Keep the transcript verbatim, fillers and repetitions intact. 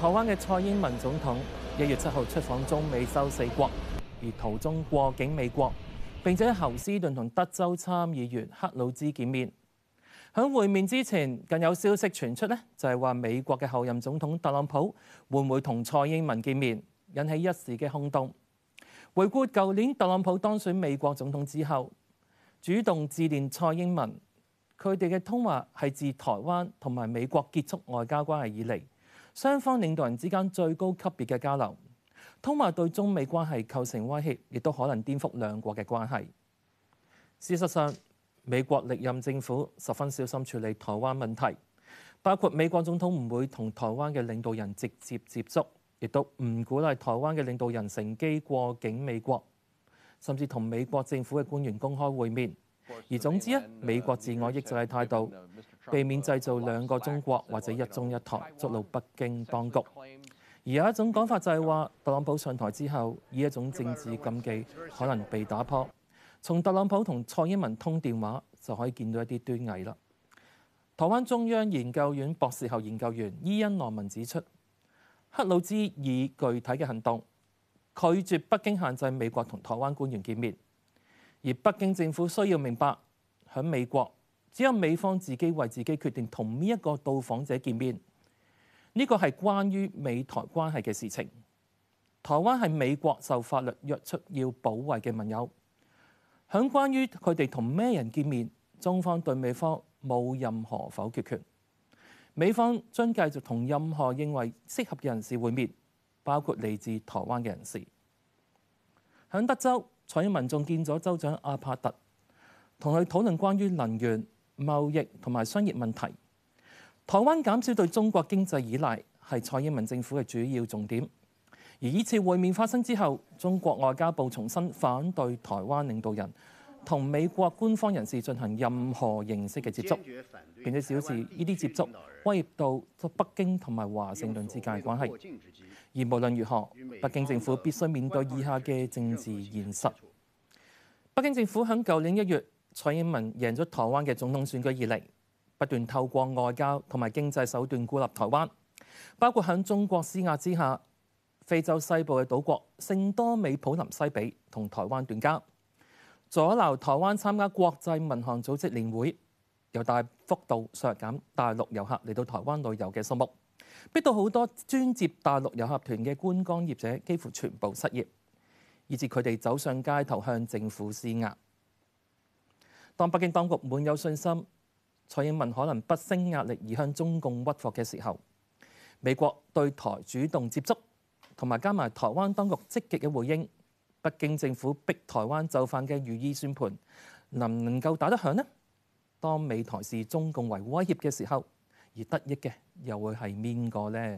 台灣嘅蔡英文總統一月七號出訪中美洲四國，而途中過境美國，並且喺侯斯頓同德州參議員克魯茲見面。喺會面之前，更有消息傳出呢就係話美國嘅後任總統特朗普會唔會同蔡英文見面，引起一時嘅轟動。回顧舊年特朗普當選美國總統之後，主動致電蔡英文，佢哋嘅通話係自台灣同埋美國結束外交關係以嚟，雙方領導人之間最高級別嘅交流。通話對中美關係構成威脅，亦都可能顛覆兩國嘅關係。事實上，美國歷任政府十分小心處理台灣問題，包括美國總統唔會同台灣嘅領導人直接接觸，亦都唔鼓勵台灣嘅領導人乘機過境美國，甚至同美國政府嘅官員公開會面。而總之咧，美國自我抑制嘅態度，避免製造兩個中國或者一中一台，觸怒北京當局。而有一種講法就係話，特朗普上台之後，呢一種政治禁忌可能被打破。從特朗普同蔡英文通電話就可以見到一啲端倪啦。台灣中央研究院博士後研究員伊恩羅文指出，克魯茲以具體嘅行動拒絕北京限制美國同台灣官員見面，而北京政府需要明白，喺美國只有美方自己為自己決定同邊一個到訪者見面，呢個係關於美台關係嘅事情。台灣係美國受法律約束要保衛嘅盟友。響關於佢哋同咩人見面，中方對美方冇任何否決權。美方將繼續同任何認為適合嘅人士會面，包括嚟自台灣嘅人士。響德州，蔡英文仲見咗州長阿帕特，同佢討論關於能源、貿易同埋商業問題。台灣減少對中國經濟依賴係蔡英文政府嘅主要重點。而呢次會面發生之後，中國外交部重新反對台灣領導人同美國官方人士進行任何形式嘅接觸，並且表示呢啲接觸威脅到北京同埋華盛頓之間嘅關係。而無論如何，北京政府必須面對以下嘅政治現實。北京政府喺舊年一月蔡英文贏咗台灣嘅總統選舉以嚟，不斷透過外交同埋經濟手段孤立台灣，包括喺中國施壓之下，非洲西部嘅島國聖多美普林西比同台灣斷交，阻撓台灣參加國際民航組織年會，又大幅度削減大陸遊客嚟到台灣旅遊嘅數目，逼到好多專接大陸遊客團嘅觀光業者幾乎全部失業，以致佢哋走上街頭向政府施壓。當北京當局滿有信心蔡英文可能不勝壓力而向中共屈服嘅時候，美國對台主動接觸，同埋加埋台灣當局積極嘅回應，北京政府逼台灣就範嘅如意算盤能唔能夠打得響呢？當美台視中共為威脅嘅時候，而得益嘅又會係邊個呢？